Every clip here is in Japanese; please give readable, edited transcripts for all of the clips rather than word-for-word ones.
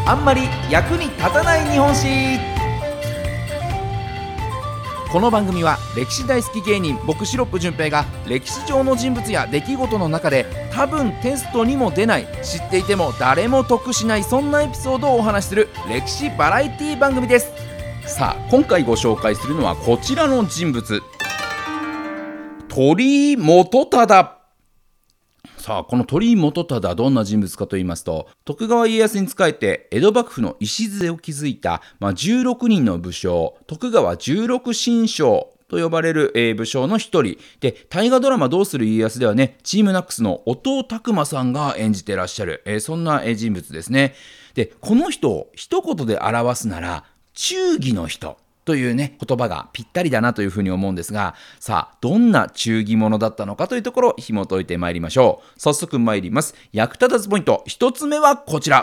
あんまり役に立たない日本史。この番組は歴史大好き芸人僕シロップ純平が歴史上の人物や出来事の中で多分テストにも出ない、知っていても誰も得しない、そんなエピソードをお話しする歴史バラエティ番組です。さあ、今回ご紹介するのはこちらの人物、鳥居元忠。さあ、この鳥居元忠、どんな人物かと言いますと、徳川家康に仕えて江戸幕府の礎を築いた、16人の武将、徳川16神将と呼ばれる、武将の一人で、大河ドラマどうする家康ではね、チームナックスの音尾琢馬さんが演じてらっしゃる、そんな人物ですね。で、この人を一言で表すなら忠義の人というね、言葉がぴったりだなというふうに思うんですが、さあ、どんな忠義者だったのかというところを紐解いてまいりましょう。早速参ります。役立たずポイント一つ目はこちら。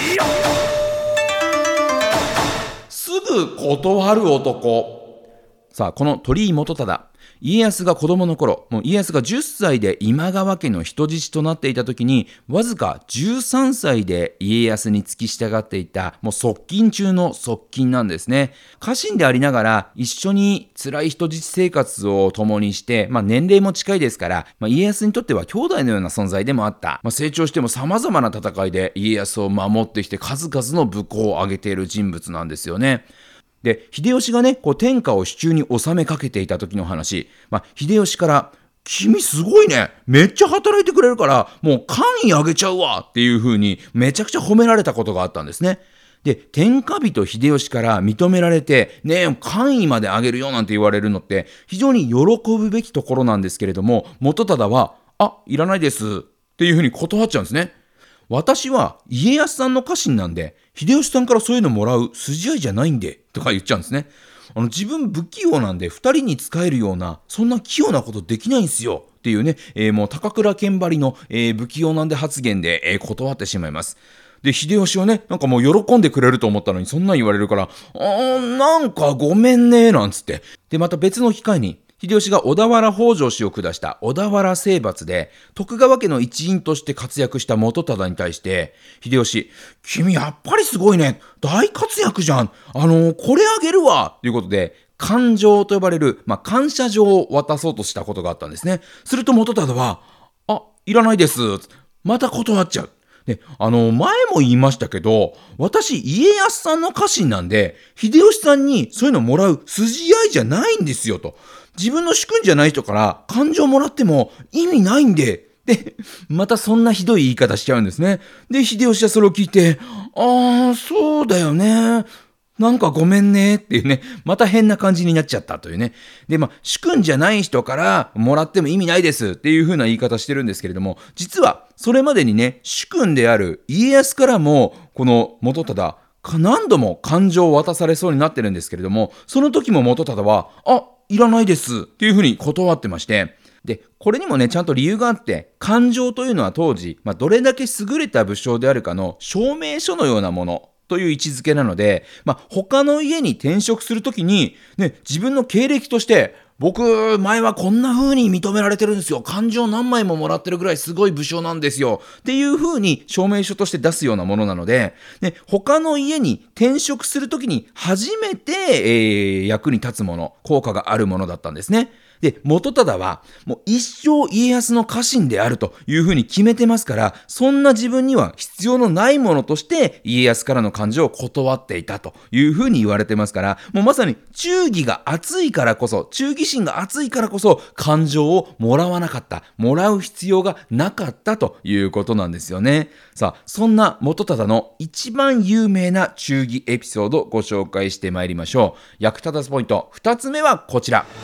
すぐ断る男。さあ、この鳥居元忠、家康が子供の頃、もう家康が10歳で今川家の人質となっていた時に、わずか13歳で家康に付き従っていた、もう側近中の側近なんですね。家臣でありながら一緒に辛い人質生活を共にして、年齢も近いですから、家康にとっては兄弟のような存在でもあった。成長しても様々な戦いで家康を守ってきて数々の武功を挙げている人物なんですよね。で、秀吉がね、天下を手中に収めかけていた時の話、秀吉から君すごいね、めっちゃ働いてくれるからもう官位あげちゃうわっていう風にめちゃくちゃ褒められたことがあったんですね。で、天下人秀吉から認められてね、官位まであげるよなんて言われるのって非常に喜ぶべきところなんですけれども、元忠はいらないですっていう風に断っちゃうんですね。私は家康さんの家臣なんで、秀吉さんからそういうのもらう筋合いじゃないんでとか言っちゃうんですね。自分不器用なんで2人に仕えるようなそんな器用なことできないんですよっていうね、もう高倉健張りの、不器用なんで発言で、断ってしまいます。で、秀吉はね、なんかもう喜んでくれると思ったのにそんなん言われるから、なんかごめんねなんつって。で、また別の機会に秀吉が小田原北条氏を下した小田原征伐で徳川家の一員として活躍した元忠に対して、秀吉、君やっぱりすごいね、大活躍じゃん、これあげるわということで感情と呼ばれる、感謝状を渡そうとしたことがあったんですね。すると元忠はいらないですまた断っちゃう。で、前も言いましたけど、私家康さんの家臣なんで秀吉さんにそういうのもらう筋合いじゃないんですよと。自分の主君じゃない人から感情もらっても意味ないんで。で、またそんなひどい言い方しちゃうんですね。で、秀吉はそれを聞いて、そうだよね。なんかごめんねっていうね、また変な感じになっちゃったというね。で、主君じゃない人からもらっても意味ないですっていう風な言い方してるんですけれども、実はそれまでにね、主君である家康からもこの元忠、何度も感情を渡されそうになってるんですけれども、その時も元忠はいらないですっていう風に断ってまして、で、これにもね、ちゃんと理由があって、感情というのは当時、どれだけ優れた武将であるかの証明書のようなものという位置づけなので、他の家に転職するときに、ね、自分の経歴として、僕、前はこんな風に認められてるんですよ。感情何枚ももらってるぐらいすごい武将なんですよ。っていう風に証明書として出すようなものなので、ね、他の家に転職するときに初めて、役に立つもの、効果があるものだったんですね。で、元忠はもう一生家康の家臣であるというふうに決めてますから、そんな自分には必要のないものとして家康からの感情を断っていたというふうに言われてますから、もうまさに忠義が熱いからこそ、忠義心が熱いからこそ感情をもらわなかった、もらう必要がなかったということなんですよね。さあ、そんな元忠の一番有名な忠義エピソードをご紹介してまいりましょう。役立たずポイント2つ目はこちら。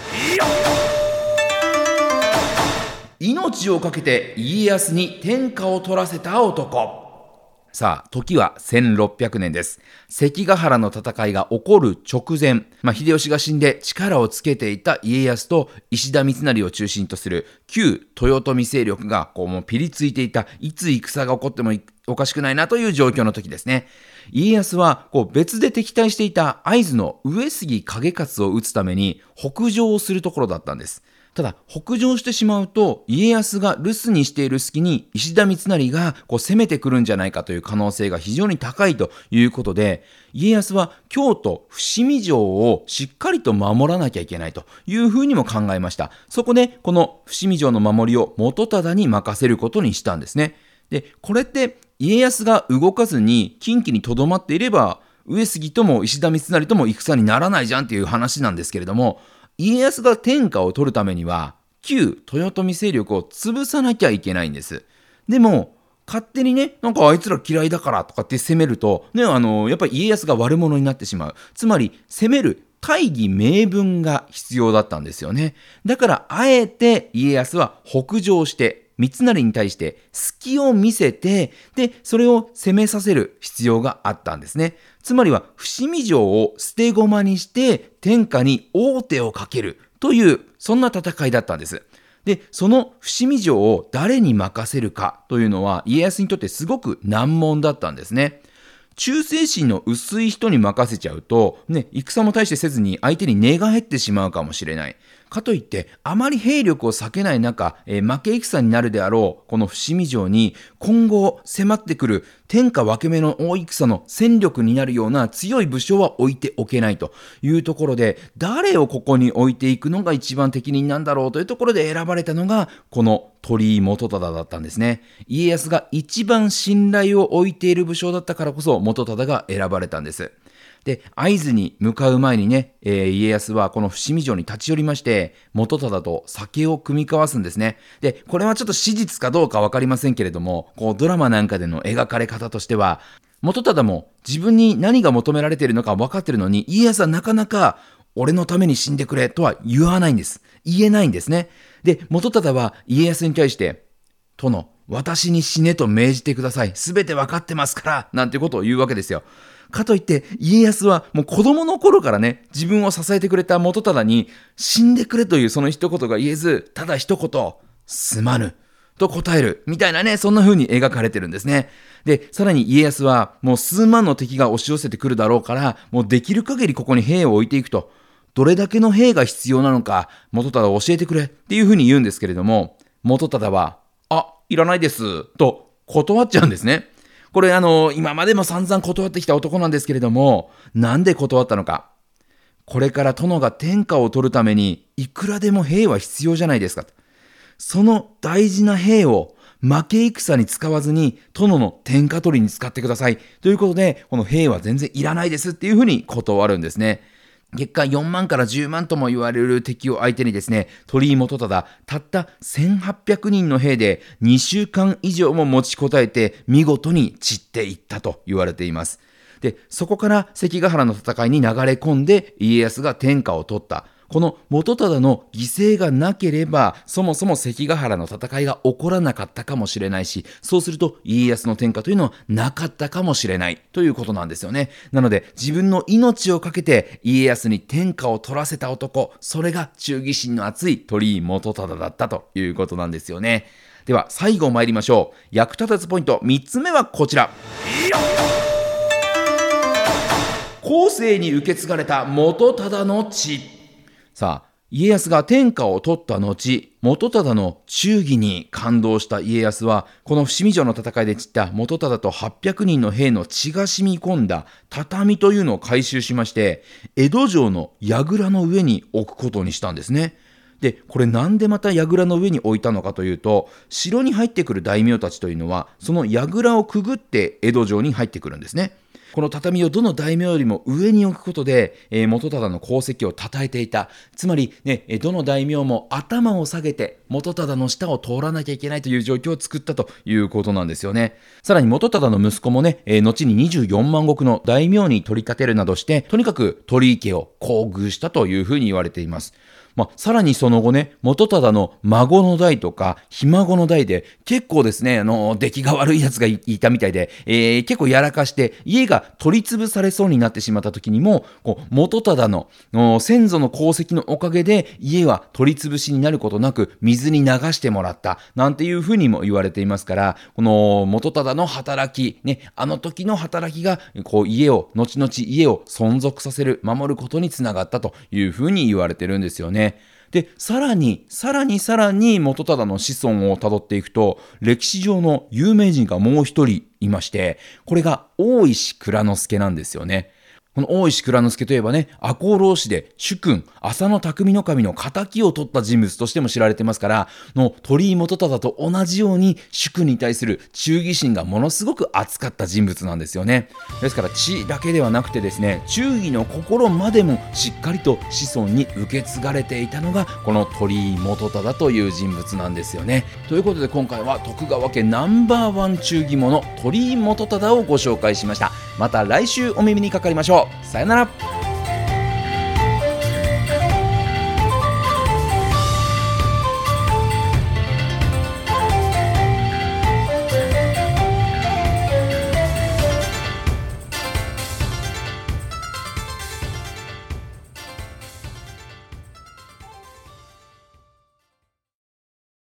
命をかけて家康に天下を取らせた男。さあ、時は1600年です。関ヶ原の戦いが起こる直前、秀吉が死んで力をつけていた家康と石田三成を中心とする旧豊臣勢力がもうピリついていた、いつ戦が起こってもおかしくないなという状況の時ですね。家康は別で敵対していた会津の上杉景勝を討つために北上をするところだったんです。 ただ北上してしまうと家康が留守にしている隙に石田三成が攻めてくるんじゃないかという可能性が非常に高いということで、家康は京都伏見城をしっかりと守らなきゃいけないというふうにも考えました。そこでこの伏見城の守りを元忠に任せることにしたんですね。でこれって家康が動かずに近畿にとどまっていれば上杉とも石田三成とも戦にならないじゃんっていう話なんですけれども、家康が天下を取るためには旧豊臣勢力を潰さなきゃいけないんです。でも勝手にね、なんかあいつら嫌いだからとかって攻めるとね、やっぱり家康が悪者になってしまう。つまり攻める大義名分が必要だったんですよね。だからあえて家康は北上して三成に対して隙を見せて、でそれを攻めさせる必要があったんですね。つまりは伏見城を捨て駒にして天下に王手をかけるというそんな戦いだったんです。でその伏見城を誰に任せるかというのは家康にとってすごく難問だったんですね。忠誠心の薄い人に任せちゃうと、戦も大してせずに相手に寝返ってしまうかもしれない。かといってあまり兵力を避けない中、負け戦になるであろうこの伏見城に今後迫ってくる天下分け目の大戦の戦力になるような強い武将は置いておけないというところで、誰をここに置いていくのが一番適任なんだろうというところで選ばれたのがこの鳥居元忠だったんですね。家康が一番信頼を置いている武将だったからこそ元忠が選ばれたんです。で会津に向かう前にね、家康はこの伏見城に立ち寄りまして元忠と酒を酌み交わすんですね。でこれはちょっと史実かどうか分かりませんけれども、ドラマなんかでの描かれ方としては元忠も自分に何が求められているのか分かっているのに、家康はなかなか俺のために死んでくれとは言わないんです。言えないんですね。で元忠は家康に対して殿、私に死ねと命じてください。すべて分かってますから。なんてことを言うわけですよ。かといって家康はもう子供の頃からね、自分を支えてくれた元忠に死んでくれというその一言が言えず、ただ一言、すまぬと答えるみたいなね、そんな風に描かれてるんですね。で、さらに家康はもう数万の敵が押し寄せてくるだろうから、もうできる限りここに兵を置いていくと。どれだけの兵が必要なのか、元忠教えてくれっていう風に言うんですけれども、元忠は、いらないですと断っちゃうんですね。これ今までも散々断ってきた男なんですけれども、なんで断ったのか。これから殿が天下を取るためにいくらでも兵は必要じゃないですか。その大事な兵を負け戦に使わずに殿の天下取りに使ってくださいということで、この兵は全然いらないですっていうふうに断るんですね。結果4万から10万とも言われる敵を相手にですね、鳥居元忠たった1800人の兵で2週間以上も持ちこたえて見事に散っていったと言われています。でそこから関ヶ原の戦いに流れ込んで家康が天下を取った。この元忠の犠牲がなければそもそも関ヶ原の戦いが起こらなかったかもしれないし、そうすると家康の天下というのはなかったかもしれないということなんですよね。なので自分の命をかけて家康に天下を取らせた男、それが忠義心の厚い鳥居元忠だったということなんですよね。では最後参りましょう。役立たずポイント3つ目はこちら。後世に受け継がれた元忠の血。さあ、家康が天下を取った後、元忠の忠義に感動した家康は、この伏見城の戦いで散った元忠と800人の兵の血が染み込んだ畳というのを回収しまして、江戸城の櫓の上に置くことにしたんですね。で、これなんでまた櫓の上に置いたのかというと、城に入ってくる大名たちというのは、その櫓をくぐって江戸城に入ってくるんですね。この畳をどの大名よりも上に置くことで、元忠の功績を称えていた。つまり、どの大名も頭を下げて元忠の下を通らなきゃいけないという状況を作ったということなんですよね。さらに元忠の息子もね、後に24万石の大名に取り立てるなどして、とにかく鳥居家を厚遇したというふうに言われています。さらにその後ね、元忠の孫の代とかひ孫の代で結構ですね、出来が悪いやつが いたみたいで、結構やらかして家が取り潰されそうになってしまった時にも、元忠の先祖の功績のおかげで家は取り潰しになることなく水に流してもらったなんていうふうにも言われていますから、この元忠の働き、あの時の働きが後々家を存続させる、守ることにつながったというふうに言われてるんですよね。 で、さらに元忠の子孫をたどっていくと、歴史上の有名人がもう一人いまして、これが大石内蔵助なんですよね。この大石内蔵助といえばね、赤穂浪士で主君、浅野匠頭の仇を取った人物としても知られてますから、鳥居元忠と同じように主君に対する忠義心がものすごく熱かった人物なんですよね。ですから地だけではなくてですね、忠義の心までもしっかりと子孫に受け継がれていたのがこの鳥居元忠という人物なんですよね。ということで今回は徳川家No.1忠義者鳥居元忠をご紹介しました。また来週お耳にかかりましょう。さよなら。